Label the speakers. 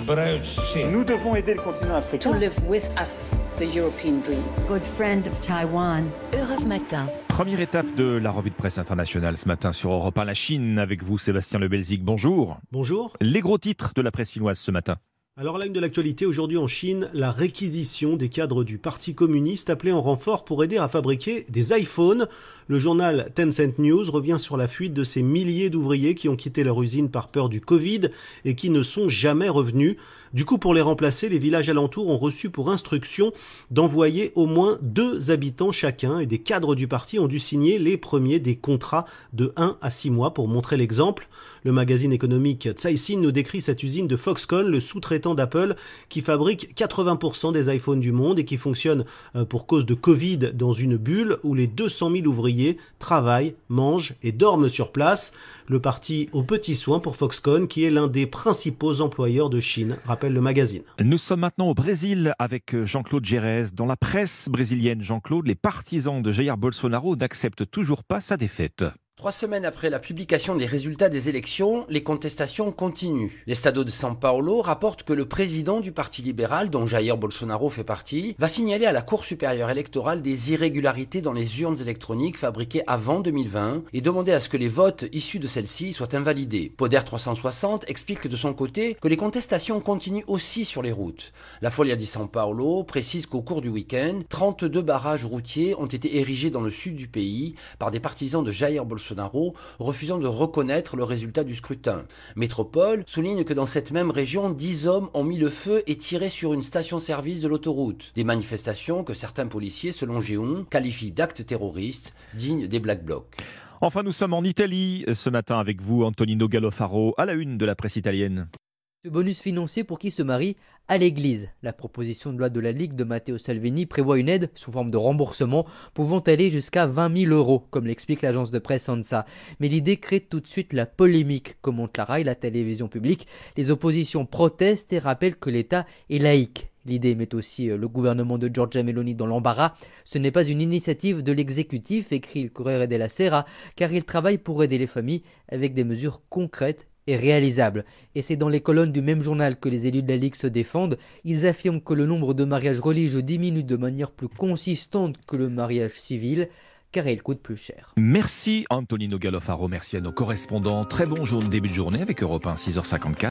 Speaker 1: Nous devons aider le continent africain.
Speaker 2: To live with us, the European dream.
Speaker 3: Good friend of Taiwan.
Speaker 4: Europe Matin.
Speaker 5: Première étape de la revue de presse internationale ce matin sur Europe 1, la Chine, avec vous Sébastien Lebelzik. Bonjour.
Speaker 6: Bonjour.
Speaker 5: Les gros titres de la presse chinoise ce matin.
Speaker 6: Alors la une de l'actualité aujourd'hui en Chine, la réquisition des cadres du Parti communiste appelés en renfort pour aider à fabriquer des iPhones. Le journal Tencent News revient sur la fuite de ces milliers d'ouvriers qui ont quitté leur usine par peur du Covid et qui ne sont jamais revenus. Du coup, pour les remplacer, les villages alentours ont reçu pour instruction d'envoyer au moins 2 habitants chacun et des cadres du parti ont dû signer les premiers des contrats de 1 à 6 mois pour montrer l'exemple. Le magazine économique Caixin nous décrit cette usine de Foxconn, le sous-traitant d'Apple, qui fabrique 80% des iPhones du monde et qui fonctionne pour cause de Covid dans une bulle où les 200 000 ouvriers travaillent, mangent et dorment sur place. Le parti aux petits soins pour Foxconn, qui est l'un des principaux employeurs de Chine, rappelle le magazine.
Speaker 5: Nous sommes maintenant au Brésil avec Jean-Claude Gérès. Dans la presse brésilienne, Jean-Claude, les partisans de Jair Bolsonaro n'acceptent toujours pas sa défaite.
Speaker 7: 3 semaines après la publication des résultats des élections, les contestations continuent. L'Estado de São Paulo rapporte que le président du Parti libéral, dont Jair Bolsonaro fait partie, va signaler à la Cour supérieure électorale des irrégularités dans les urnes électroniques fabriquées avant 2020 et demander à ce que les votes issus de celles-ci soient invalidés. Poder 360 explique de son côté que les contestations continuent aussi sur les routes. La Folha de São Paulo précise qu'au cours du week-end, 32 barrages routiers ont été érigés dans le sud du pays par des partisans de Jair Bolsonaro, refusant de reconnaître le résultat du scrutin. Métropole souligne que dans cette même région, 10 hommes ont mis le feu et tiré sur une station-service de l'autoroute. Des manifestations que certains policiers, selon Géon, qualifient d'actes terroristes dignes des Black Blocs.
Speaker 5: Enfin, nous sommes en Italie ce matin avec vous, Antonino Gallofaro, à la une de la presse italienne.
Speaker 8: Ce bonus financier pour qui se marie à l'église. La proposition de loi de la Ligue de Matteo Salvini prévoit une aide sous forme de remboursement pouvant aller jusqu'à 20 000 €, comme l'explique l'agence de presse ANSA. Mais l'idée crée tout de suite la polémique, commente la RAI, la télévision publique. Les oppositions protestent et rappellent que l'État est laïque. L'idée met aussi le gouvernement de Giorgia Meloni dans l'embarras. Ce n'est pas une initiative de l'exécutif, écrit le Corriere della Sera, car il travaille pour aider les familles avec des mesures concrètes et réalisable. Et c'est dans les colonnes du même journal que les élus de la Ligue se défendent. Ils affirment que le nombre de mariages religieux diminue de manière plus consistante que le mariage civil, car il coûte plus cher.
Speaker 5: Merci Antonino Gallofaro, merci à nos correspondants. Très bon début de journée avec Europe 1, 6h54.